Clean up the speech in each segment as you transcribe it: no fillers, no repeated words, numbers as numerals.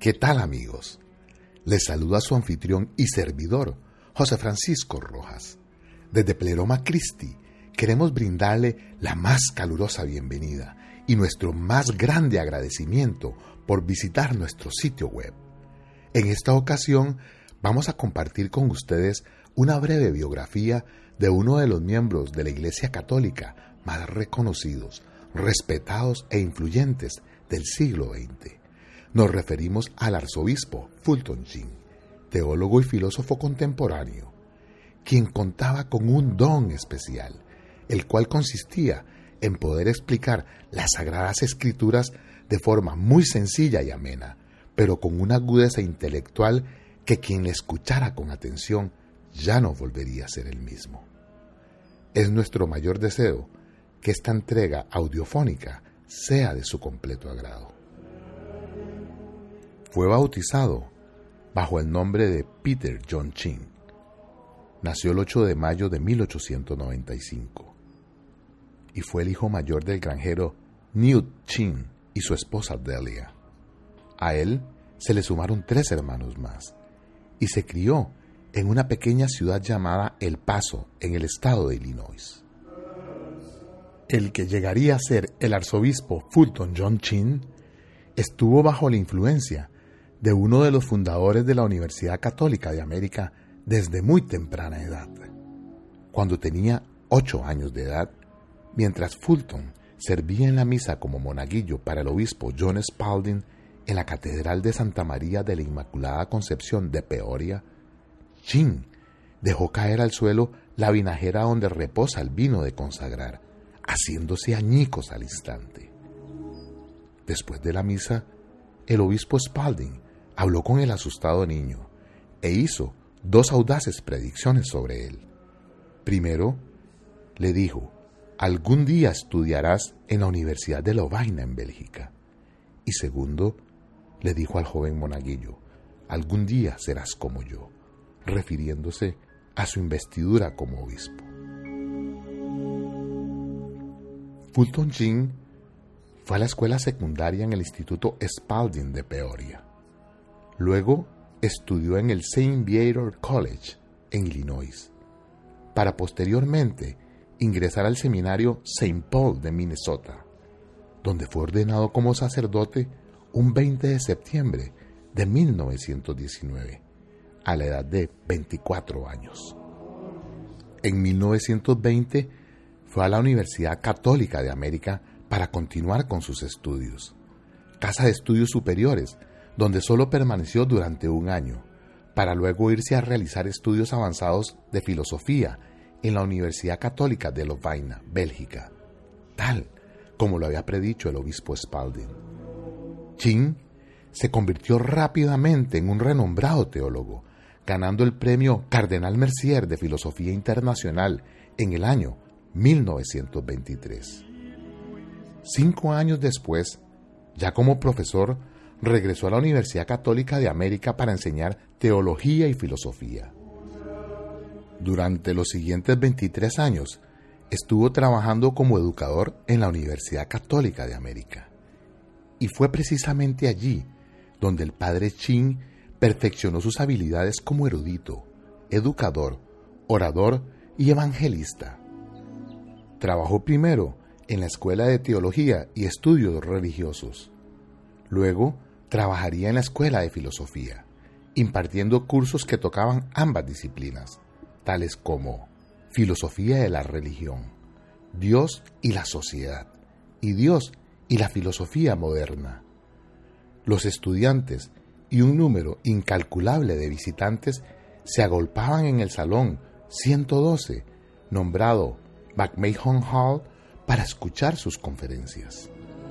¿Qué tal, amigos? Les saluda su anfitrión y servidor, José Francisco Rojas. Desde Pleroma Christi queremos brindarle la más calurosa bienvenida y nuestro más grande agradecimiento por visitar nuestro sitio web. En esta ocasión vamos a compartir con ustedes una breve biografía de uno de los miembros de la Iglesia Católica más reconocidos, respetados e influyentes del siglo XX. Nos referimos al arzobispo Fulton Sheen, teólogo y filósofo contemporáneo, quien contaba con un don especial, el cual consistía en poder explicar las Sagradas Escrituras de forma muy sencilla y amena, pero con una agudeza intelectual que quien le escuchara con atención ya no volvería a ser el mismo. Es nuestro mayor deseo que esta entrega audiofónica sea de su completo agrado. Fue bautizado bajo el nombre de Peter John Sheen. Nació el 8 de mayo de 1895 y fue el hijo mayor del granjero Newt Sheen y su esposa Delia. A él se le sumaron 3 hermanos más y se crió en una pequeña ciudad llamada El Paso, en el estado de Illinois. El que llegaría a ser el arzobispo Fulton John Sheen estuvo bajo la influencia de uno de los fundadores de la Universidad Católica de América desde muy temprana edad. Cuando tenía 8 años de edad, mientras Fulton servía en la misa como monaguillo para el obispo John Spalding en la Catedral de Santa María de la Inmaculada Concepción de Peoria, Sheen dejó caer al suelo la vinajera donde reposa el vino de consagrar, haciéndose añicos al instante. Después de la misa, el obispo Spalding habló con el asustado niño e hizo 2 audaces predicciones sobre él. Primero, le dijo: algún día estudiarás en la Universidad de Lovaina en Bélgica. Y segundo, le dijo al joven monaguillo: algún día serás como yo, refiriéndose a su investidura como obispo. Fulton Sheen fue a la escuela secundaria en el Instituto Spalding de Peoria. Luego estudió en el St. Viator College en Illinois, para posteriormente ingresar al seminario St. Paul de Minnesota, donde fue ordenado como sacerdote un 20 de septiembre de 1919, a la edad de 24 años. En 1920 fue a la Universidad Católica de América para continuar con sus estudios, casa de estudios superiores, donde solo permaneció durante 1 año, para luego irse a realizar estudios avanzados de filosofía en la Universidad Católica de Lovaina, Bélgica, tal como lo había predicho el obispo Spalding. Sheen se convirtió rápidamente en un renombrado teólogo, ganando el premio Cardenal Mercier de Filosofía Internacional en el año 1923. 5 años después, ya como profesor, regresó a la Universidad Católica de América para enseñar teología y filosofía. Durante los siguientes 23 años, estuvo trabajando como educador en la Universidad Católica de América. Y fue precisamente allí donde el padre Sheen perfeccionó sus habilidades como erudito, educador, orador y evangelista. Trabajó primero en la Escuela de Teología y Estudios Religiosos. Luego, trabajaría en la Escuela de Filosofía, impartiendo cursos que tocaban ambas disciplinas, tales como Filosofía de la Religión, Dios y la Sociedad, y Dios y la Filosofía Moderna. Los estudiantes y un número incalculable de visitantes se agolpaban en el salón 112, nombrado McMahon Hall, para escuchar sus conferencias.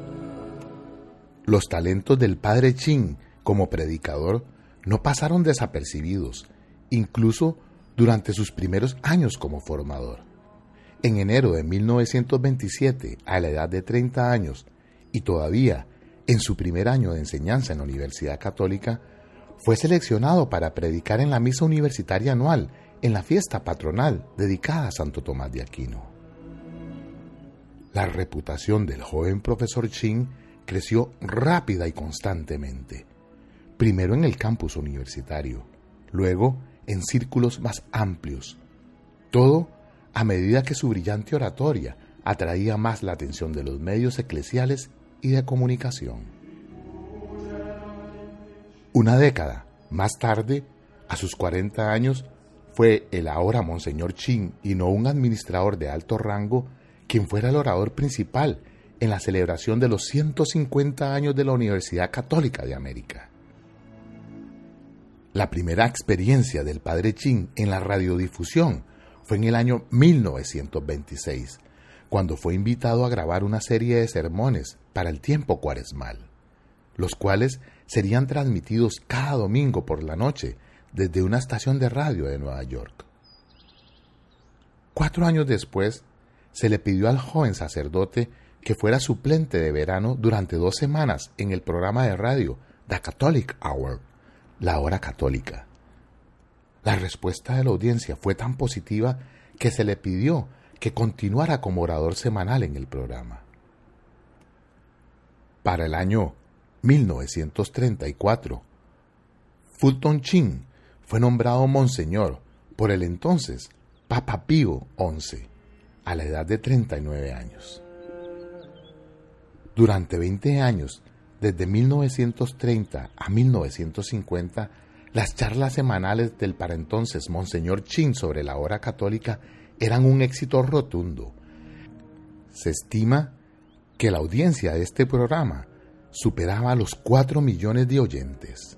Los talentos del padre Sheen como predicador no pasaron desapercibidos, incluso durante sus primeros años como formador. En enero de 1927, a la edad de 30 años, y todavía en su primer año de enseñanza en la Universidad Católica, fue seleccionado para predicar en la misa universitaria anual en la fiesta patronal dedicada a Santo Tomás de Aquino. La reputación del joven profesor Sheen creció rápida y constantemente. primero en el campus universitario, luego en círculos más amplios. Todo a medida que su brillante oratoria atraía más la atención de los medios eclesiales y de comunicación. Una década más tarde, a sus 40 años, fue el ahora Monseñor Chin, y no un administrador de alto rango, quien fuera el orador principal en la celebración de los 150 años de la Universidad Católica de América. La primera experiencia del padre Chin en la radiodifusión fue en el año 1926, cuando fue invitado a grabar una serie de sermones para el tiempo cuaresmal, los cuales serían transmitidos cada domingo por la noche desde una estación de radio de Nueva York. 4 años después, se le pidió al joven sacerdote que fuera suplente de verano durante 2 semanas en el programa de radio The Catholic Hour, la hora católica. La respuesta de la audiencia fue tan positiva que se le pidió que continuara como orador semanal en el programa. Para el año 1934, Fulton Sheen fue nombrado monseñor por el entonces Papa Pío XI, a la edad de 39 años. Durante 20 años, desde 1930 a 1950, las charlas semanales del para entonces Monseñor Sheen sobre la hora católica eran un éxito rotundo. Se estima que la audiencia de este programa superaba los 4 millones de oyentes.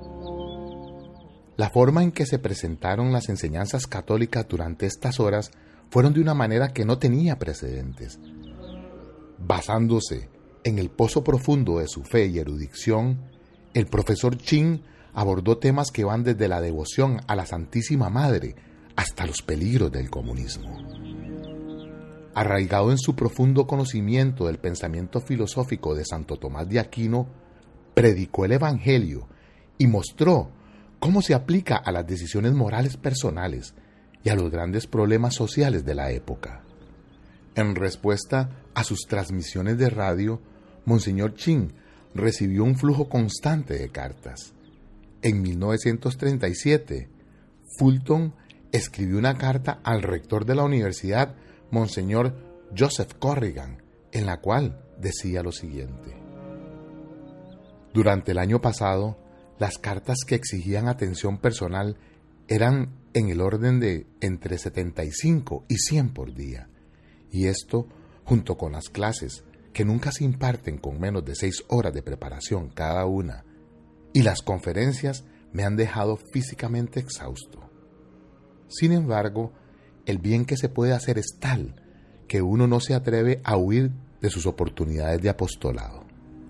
La forma en que se presentaron las enseñanzas católicas durante estas horas fueron de una manera que no tenía precedentes. Basándose en el pozo profundo de su fe y erudición, el profesor Sheen abordó temas que van desde la devoción a la Santísima Madre hasta los peligros del comunismo. Arraigado en su profundo conocimiento del pensamiento filosófico de Santo Tomás de Aquino, predicó el Evangelio y mostró cómo se aplica a las decisiones morales personales y a los grandes problemas sociales de la época. En respuesta a sus transmisiones de radio, Monseñor Sheen recibió un flujo constante de cartas. En 1937, Fulton escribió una carta al rector de la universidad, Monseñor Joseph Corrigan, en la cual decía lo siguiente: durante el año pasado, las cartas que exigían atención personal eran en el orden de entre 75 y 100 por día, y esto, junto con las clases, que nunca se imparten con menos de 6 horas de preparación cada una, y las conferencias, me han dejado físicamente exhausto. Sin embargo, el bien que se puede hacer es tal que uno no se atreve a huir de sus oportunidades de apostolado.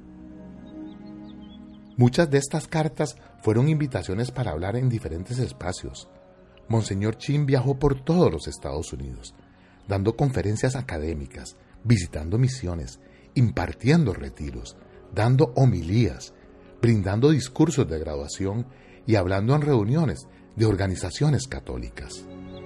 Muchas de estas cartas fueron invitaciones para hablar en diferentes espacios. Monseñor Sheen viajó por todos los Estados Unidos, dando conferencias académicas, visitando misiones, impartiendo retiros, dando homilías, brindando discursos de graduación y hablando en reuniones de organizaciones católicas.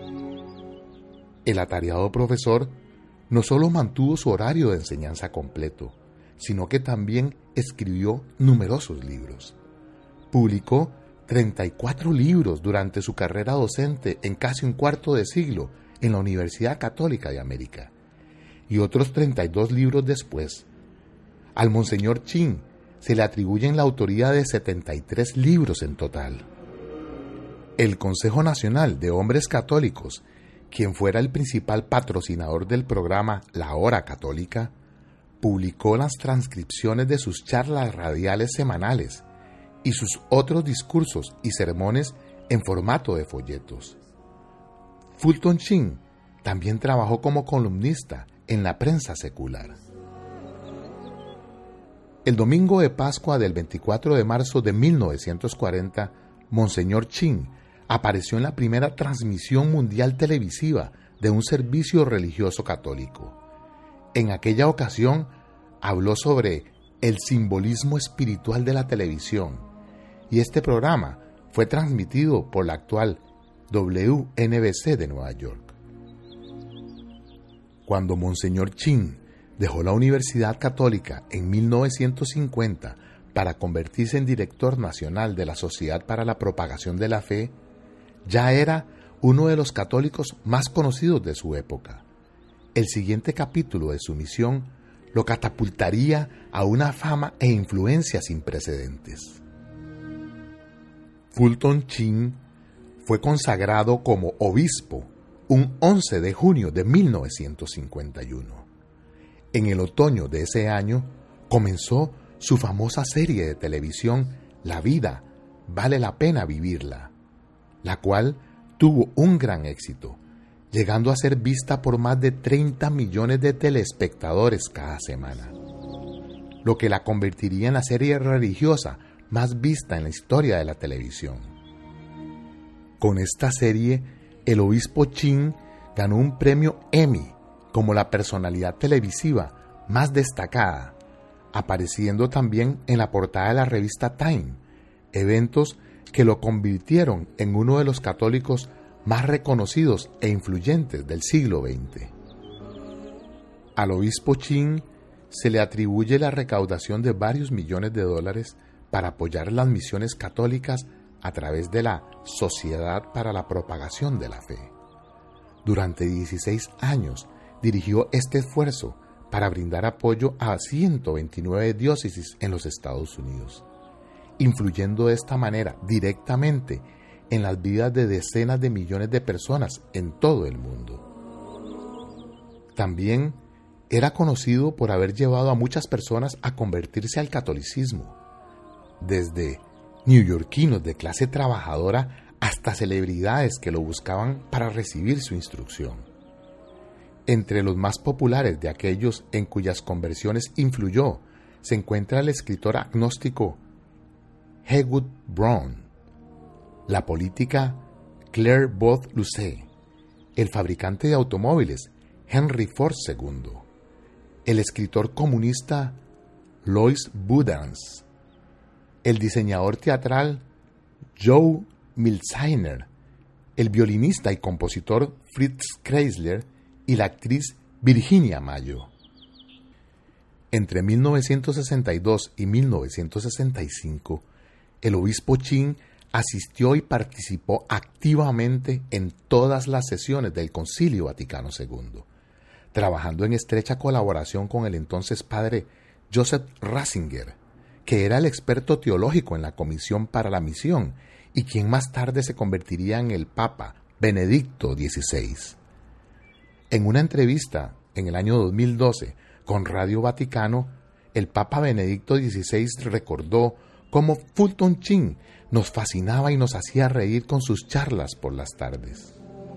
El atareado profesor no solo mantuvo su horario de enseñanza completo, sino que también escribió numerosos libros. Publicó 34 libros durante su carrera docente en casi un cuarto de siglo en la Universidad Católica de América, y otros 32 libros después. Al Monseñor Sheen se le atribuyen la autoría de 73 libros en total. El Consejo Nacional de Hombres Católicos, quien fuera el principal patrocinador del programa La Hora Católica, publicó las transcripciones de sus charlas radiales semanales y sus otros discursos y sermones en formato de folletos. Fulton Sheen también trabajó como columnista en la prensa secular. El domingo de Pascua del 24 de marzo de 1940, Monseñor Sheen apareció en la primera transmisión mundial televisiva de un servicio religioso católico. En aquella ocasión habló sobre el simbolismo espiritual de la televisión, y este programa fue transmitido por la actual WNBC de Nueva York. Cuando Monseñor Sheen dejó la Universidad Católica en 1950 para convertirse en director nacional de la Sociedad para la Propagación de la Fe, ya era uno de los católicos más conocidos de su época. El siguiente capítulo de su misión lo catapultaría a una fama e influencia sin precedentes. Fulton Sheen fue consagrado como obispo un 11 de junio de 1951. En el otoño de ese año comenzó su famosa serie de televisión La vida vale la pena vivirla, la cual tuvo un gran éxito, llegando a ser vista por más de 30 millones de telespectadores cada semana, lo que la convertiría en la serie religiosa más vista en la historia de la televisión. Con esta serie, el obispo Sheen ganó un premio Emmy como la personalidad televisiva más destacada, apareciendo también en la portada de la revista Time, eventos que lo convirtieron en uno de los católicos más reconocidos e influyentes del siglo XX. Al obispo Sheen se le atribuye la recaudación de varios millones de dólares para apoyar las misiones católicas a través de la Sociedad para la Propagación de la Fe. Durante 16 años dirigió este esfuerzo para brindar apoyo a 129 diócesis en los Estados Unidos, influyendo de esta manera directamente en las vidas de decenas de millones de personas en todo el mundo. También era conocido por haber llevado a muchas personas a convertirse al catolicismo, desde neoyorquinos de clase trabajadora hasta celebridades que lo buscaban para recibir su instrucción. Entre los más populares de aquellos en cuyas conversiones influyó se encuentra el escritor agnóstico Heywood Broun, la política Claire Boothe Luce, el fabricante de automóviles Henry Ford II, el escritor comunista Louis Budans, el diseñador teatral Joe Milzahner, el violinista y compositor Fritz Kreisler y la actriz Virginia Mayo. Entre 1962 y 1965, el obispo Sheen asistió y participó activamente en todas las sesiones del Concilio Vaticano II, trabajando en estrecha colaboración con el entonces padre Joseph Ratzinger, que era el experto teológico en la Comisión para la Misión y quien más tarde se convertiría en el Papa Benedicto XVI. En una entrevista en el año 2012 con Radio Vaticano, el Papa Benedicto XVI recordó cómo Fulton Sheen nos fascinaba y nos hacía reír con sus charlas por las tardes.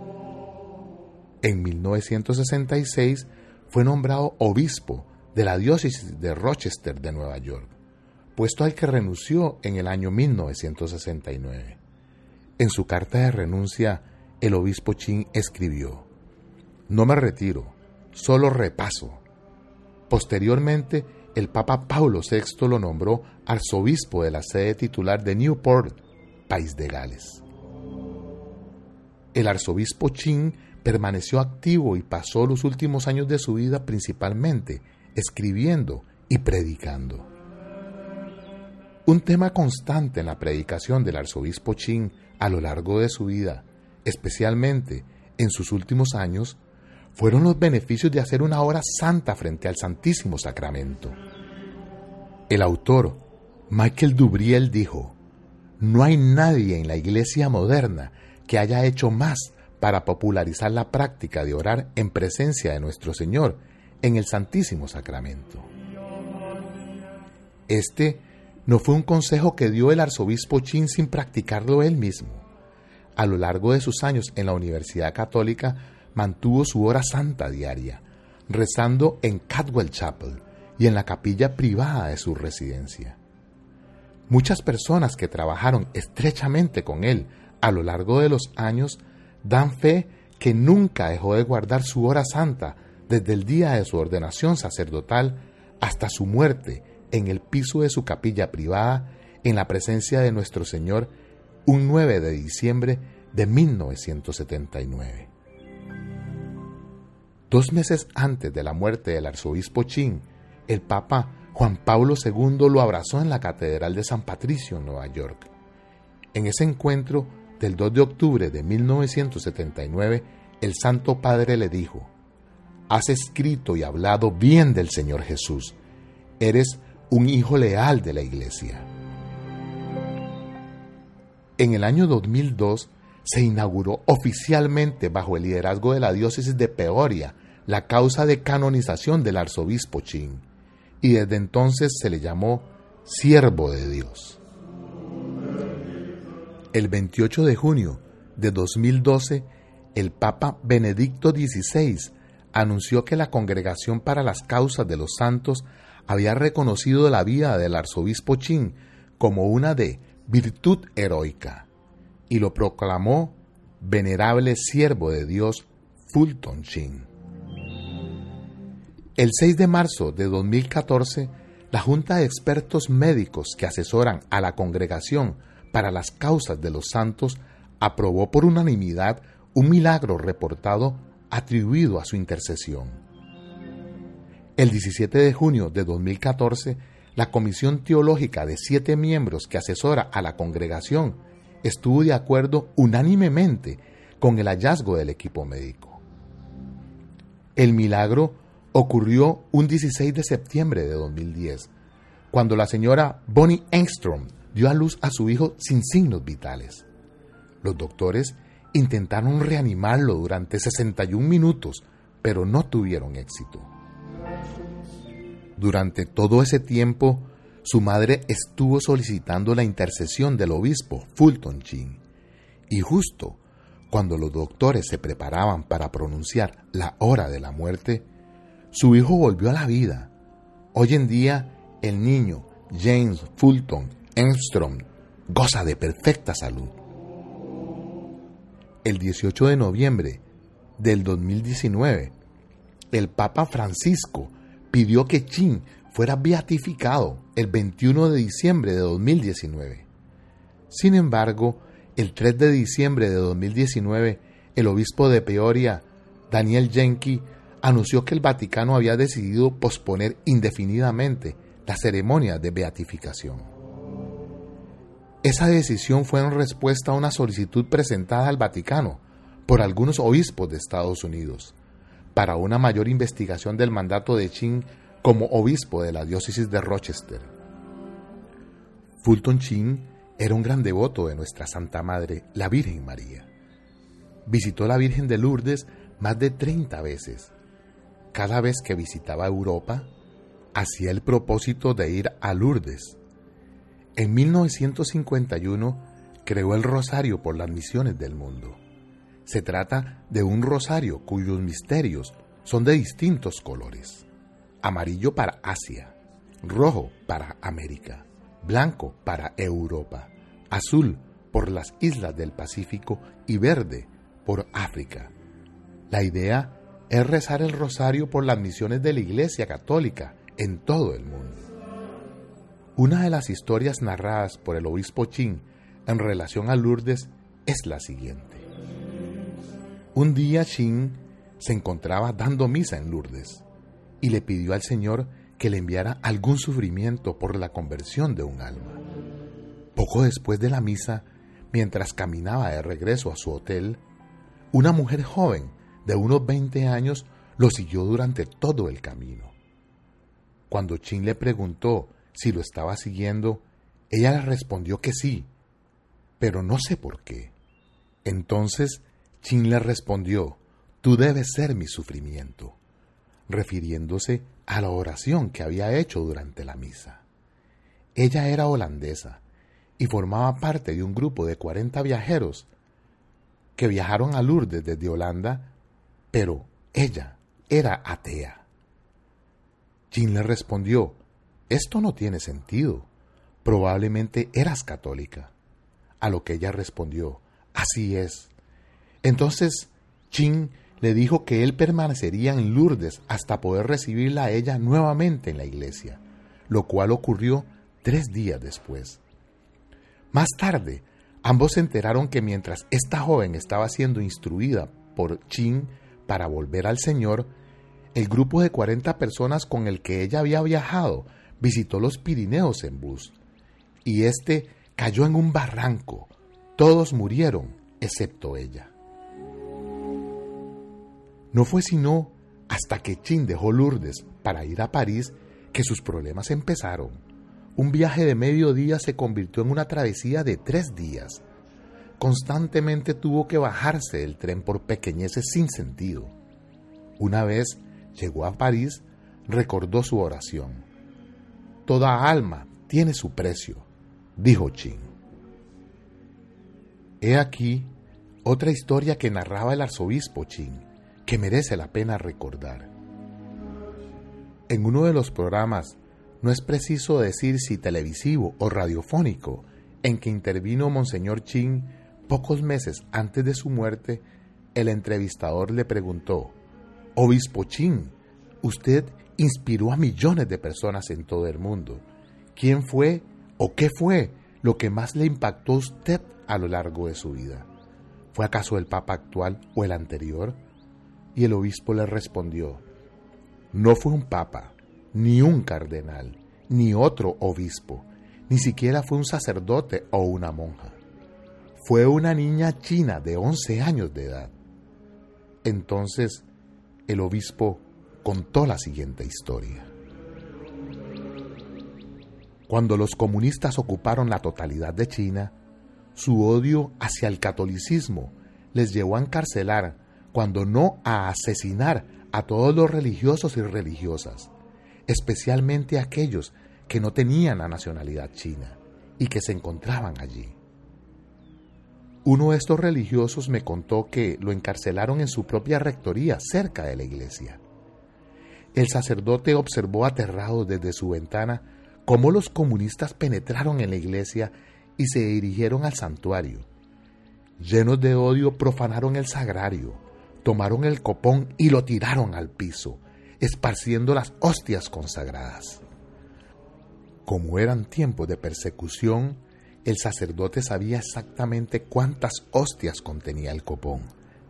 En 1966 fue nombrado obispo de la diócesis de Rochester de Nueva York, puesto al que renunció en el año 1969. En su carta de renuncia, el obispo Sheen escribió: "No me retiro, solo repaso". Posteriormente, el Papa Paulo VI lo nombró arzobispo de la sede titular de Newport, País de Gales. El arzobispo Sheen permaneció activo y pasó los últimos años de su vida principalmente escribiendo y predicando. Un tema constante en la predicación del arzobispo Sheen a lo largo de su vida, especialmente en sus últimos años, fueron los beneficios de hacer una hora santa frente al Santísimo Sacramento. El autor, Michael Dubriel, dijo: "No hay nadie en la Iglesia moderna que haya hecho más para popularizar la práctica de orar en presencia de nuestro Señor en el Santísimo Sacramento". Este no fue un consejo que dio el arzobispo Sheen sin practicarlo él mismo. A lo largo de sus años en la Universidad Católica, mantuvo su hora santa diaria, rezando en Cadwell Chapel y en la capilla privada de su residencia. Muchas personas que trabajaron estrechamente con él a lo largo de los años dan fe que nunca dejó de guardar su hora santa desde el día de su ordenación sacerdotal hasta su muerte en el piso de su capilla privada en la presencia de nuestro Señor un 9 de diciembre de 1979. 2 meses antes de la muerte del arzobispo Sheen, el Papa Juan Pablo II lo abrazó en la Catedral de San Patricio en Nueva York. En ese encuentro del 2 de octubre de 1979, el Santo Padre le dijo: «Has escrito y hablado bien del Señor Jesús. Eres un hijo leal de la Iglesia». En el año 2002 se inauguró oficialmente, bajo el liderazgo de la diócesis de Peoria, la causa de canonización del arzobispo Chin, y desde entonces se le llamó Siervo de Dios. El 28 de junio de 2012, el Papa Benedicto XVI anunció que la Congregación para las Causas de los Santos había reconocido la vida del arzobispo Chin como una de virtud heroica y lo proclamó Venerable Siervo de Dios Fulton Sheen. El 6 de marzo de 2014, la Junta de Expertos Médicos que asesoran a la Congregación para las Causas de los Santos aprobó por unanimidad un milagro reportado atribuido a su intercesión. El 17 de junio de 2014, la Comisión Teológica de 7 miembros que asesora a la Congregación estuvo de acuerdo unánimemente con el hallazgo del equipo médico. El milagro ocurrió un 16 de septiembre de 2010, cuando la señora Bonnie Engstrom dio a luz a su hijo sin signos vitales. Los doctores intentaron reanimarlo durante 61 minutos, pero no tuvieron éxito. Durante todo ese tiempo, su madre estuvo solicitando la intercesión del obispo Fulton Sheen, y justo cuando los doctores se preparaban para pronunciar la hora de la muerte, su hijo volvió a la vida. Hoy en día, el niño James Fulton Engstrom goza de perfecta salud. El 18 de noviembre del 2019, el Papa Francisco pidió que Sheen fuera beatificado el 21 de diciembre de 2019. Sin embargo, el 3 de diciembre de 2019, el obispo de Peoria, Daniel Jenky, anunció que el Vaticano había decidido posponer indefinidamente la ceremonia de beatificación. Esa decisión fue en respuesta a una solicitud presentada al Vaticano por algunos obispos de Estados Unidos para una mayor investigación del mandato de Sheen como obispo de la diócesis de Rochester. Fulton Sheen era un gran devoto de nuestra Santa Madre, la Virgen María. Visitó a la Virgen de Lourdes más de 30 veces. Cada vez que visitaba Europa, hacía el propósito de ir a Lourdes. En 1951 creó el Rosario por las Misiones del Mundo. Se trata de un rosario cuyos misterios son de distintos colores: amarillo para Asia, rojo para América, blanco para Europa, azul por las islas del Pacífico y verde por África. La idea es rezar el rosario por las misiones de la Iglesia Católica en todo el mundo. Una de las historias narradas por el obispo Sheen en relación a Lourdes es la siguiente. Un día Sheen se encontraba dando misa en Lourdes y le pidió al Señor que le enviara algún sufrimiento por la conversión de un alma. Poco después de la misa, mientras caminaba de regreso a su hotel, una mujer joven de unos 20 años lo siguió durante todo el camino. Cuando Sheen le preguntó si lo estaba siguiendo, ella le respondió que sí, pero no sé por qué. Entonces Sheen le respondió: «Tú debes ser mi sufrimiento», refiriéndose a la oración que había hecho durante la misa. Ella era holandesa y formaba parte de un grupo de 40 viajeros que viajaron a Lourdes desde Holanda, pero ella era atea. Sheen le respondió: «Esto no tiene sentido, probablemente eras católica», a lo que ella respondió: «Así es». Entonces Sheen le dijo que él permanecería en Lourdes hasta poder recibirla a ella nuevamente en la iglesia, lo cual ocurrió 3 días después. Más tarde, ambos se enteraron que mientras esta joven estaba siendo instruida por Sheen para volver al Señor, el grupo de 40 personas con el que ella había viajado visitó los Pirineos en bus, y cayó en un barranco. Todos murieron, excepto ella. No fue sino hasta que Chin dejó Lourdes para ir a París que sus problemas empezaron. Un viaje de medio día se convirtió en una travesía de 3 días. Constantemente tuvo que bajarse del tren por pequeñeces sin sentido. Una vez llegó a París, recordó su oración. Toda alma tiene su precio, dijo Chin. He aquí otra historia que narraba el arzobispo Chin, que merece la pena recordar. En uno de los programas, no es preciso decir si televisivo o radiofónico, en que intervino Monseñor Chin pocos meses antes de su muerte, el entrevistador le preguntó: Obispo Chin, usted inspiró a millones de personas en todo el mundo. ¿Quién fue o qué fue lo que más le impactó a usted a lo largo de su vida? ¿Fue acaso el Papa actual o el anterior? Y el obispo le respondió: no fue un papa, ni un cardenal, ni otro obispo, ni siquiera fue un sacerdote o una monja. Fue una niña china de 11 años de edad. Entonces, el obispo contó la siguiente historia. Cuando los comunistas ocuparon la totalidad de China, su odio hacia el catolicismo les llevó a encarcelar, cuando no a asesinar, a todos los religiosos y religiosas, especialmente aquellos que no tenían la nacionalidad china y que se encontraban allí. Uno de estos religiosos me contó que lo encarcelaron en su propia rectoría, cerca de la iglesia. El sacerdote observó aterrado desde su ventana cómo los comunistas penetraron en la iglesia y se dirigieron al santuario. Llenos de odio, profanaron el sagrario, tomaron el copón y lo tiraron al piso, esparciendo las hostias consagradas. Como eran tiempos de persecución, el sacerdote sabía exactamente cuántas hostias contenía el copón: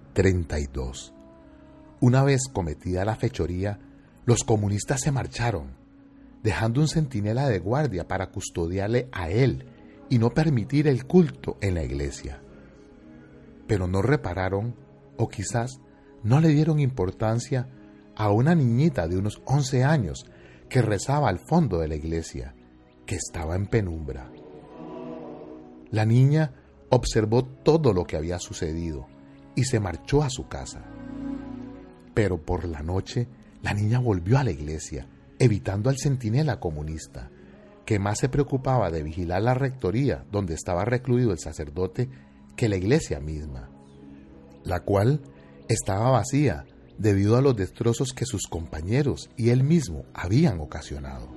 32. Una vez cometida la fechoría, los comunistas se marcharon, dejando un centinela de guardia para custodiarle a él y no permitir el culto en la iglesia. Pero no repararon, o quizás no le dieron importancia, a una niñita de unos 11 años que rezaba al fondo de la iglesia, que estaba en penumbra. La niña observó todo lo que había sucedido y se marchó a su casa. Pero por la noche, la niña volvió a la iglesia, evitando al centinela comunista, que más se preocupaba de vigilar la rectoría donde estaba recluido el sacerdote que la iglesia misma, la cual estaba vacía debido a los destrozos que sus compañeros y él mismo habían ocasionado.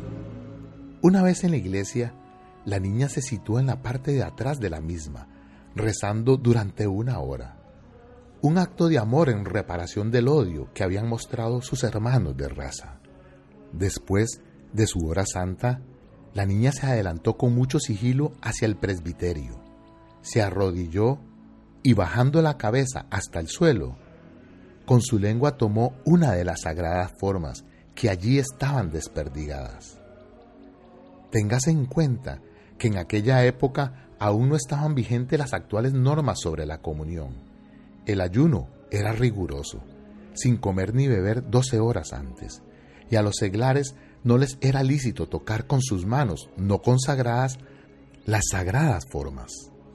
Una vez en la iglesia, la niña se situó en la parte de atrás de la misma, rezando durante 1 hora. Un acto de amor en reparación del odio que habían mostrado sus hermanos de raza. Después de su hora santa, la niña se adelantó con mucho sigilo hacia el presbiterio, se arrodilló y, bajando la cabeza hasta el suelo, con su lengua tomó una de las sagradas formas que allí estaban desperdigadas. Téngase en cuenta que en aquella época aún no estaban vigentes las actuales normas sobre la comunión. El ayuno era riguroso, sin comer ni beber 12 horas antes, y a los seglares no les era lícito tocar con sus manos no consagradas las sagradas formas.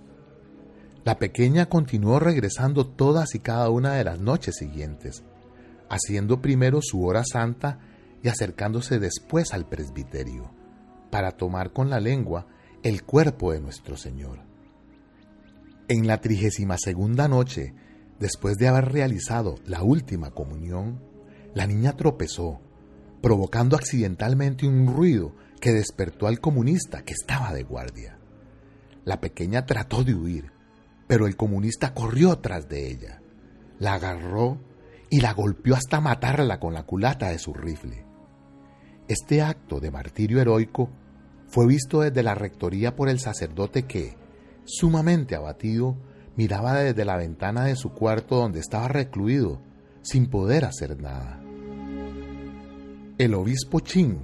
La pequeña continuó regresando todas y cada una de las noches siguientes, haciendo primero su hora santa y acercándose después al presbiterio, para tomar con la lengua el cuerpo de nuestro Señor. En la 32ª noche, después de haber realizado la última comunión, la niña tropezó, provocando accidentalmente un ruido que despertó al comunista que estaba de guardia. La pequeña trató de huir, pero el comunista corrió tras de ella, la agarró y la golpeó hasta matarla con la culata de su rifle. Este acto de martirio heroico fue visto desde la rectoría por el sacerdote que, sumamente abatido, miraba desde la ventana de su cuarto donde estaba recluido, sin poder hacer nada. El obispo Chin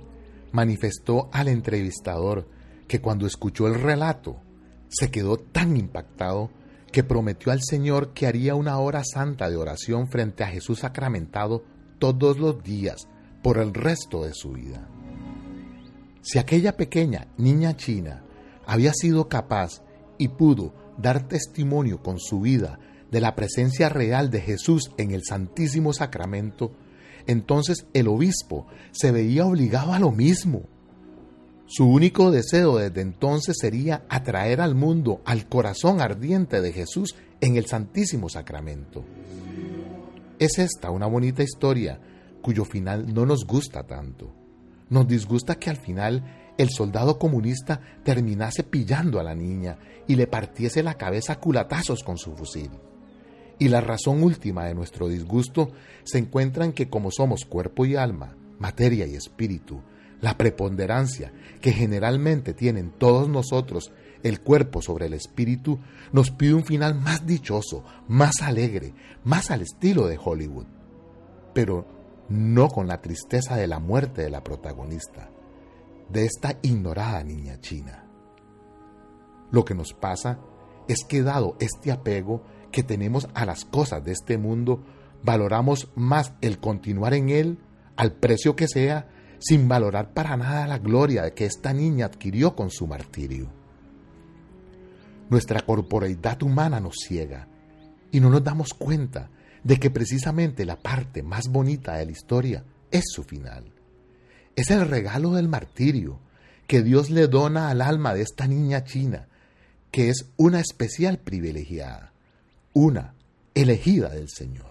manifestó al entrevistador que cuando escuchó el relato se quedó tan impactado que prometió al Señor que haría una hora santa de oración frente a Jesús sacramentado todos los días por el resto de su vida. Si aquella pequeña niña china había sido capaz y pudo dar testimonio con su vida de la presencia real de Jesús en el Santísimo Sacramento, entonces el obispo se veía obligado a lo mismo. Su único deseo desde entonces sería atraer al mundo al corazón ardiente de Jesús en el Santísimo Sacramento. Es esta una bonita historia cuyo final no nos gusta tanto. Nos disgusta que al final el soldado comunista terminase pillando a la niña y le partiese la cabeza a culatazos con su fusil. Y la razón última de nuestro disgusto se encuentra en que como somos cuerpo y alma, materia y espíritu, la preponderancia que generalmente tienen todos nosotros, el cuerpo sobre el espíritu, nos pide un final más dichoso, más alegre, más al estilo de Hollywood. Pero no con la tristeza de la muerte de la protagonista, de esta ignorada niña china. Lo que nos pasa es que dado este apego que tenemos a las cosas de este mundo, valoramos más el continuar en él, al precio que sea, sin valorar para nada la gloria que esta niña adquirió con su martirio. Nuestra corporeidad humana nos ciega y no nos damos cuenta de que precisamente la parte más bonita de la historia es su final. Es el regalo del martirio que Dios le dona al alma de esta niña china, que es una especial privilegiada, una elegida del Señor.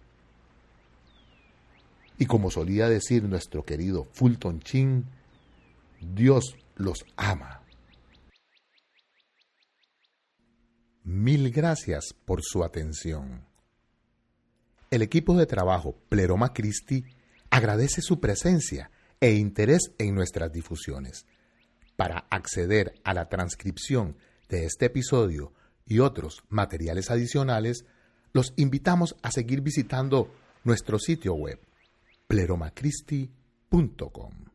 Y como solía decir nuestro querido Fulton Sheen, Dios los ama. Mil gracias por su atención. El equipo de trabajo Pleroma Christi agradece su presencia e interés en nuestras difusiones. Para acceder a la transcripción de este episodio y otros materiales adicionales, los invitamos a seguir visitando nuestro sitio web pleromachristi.com.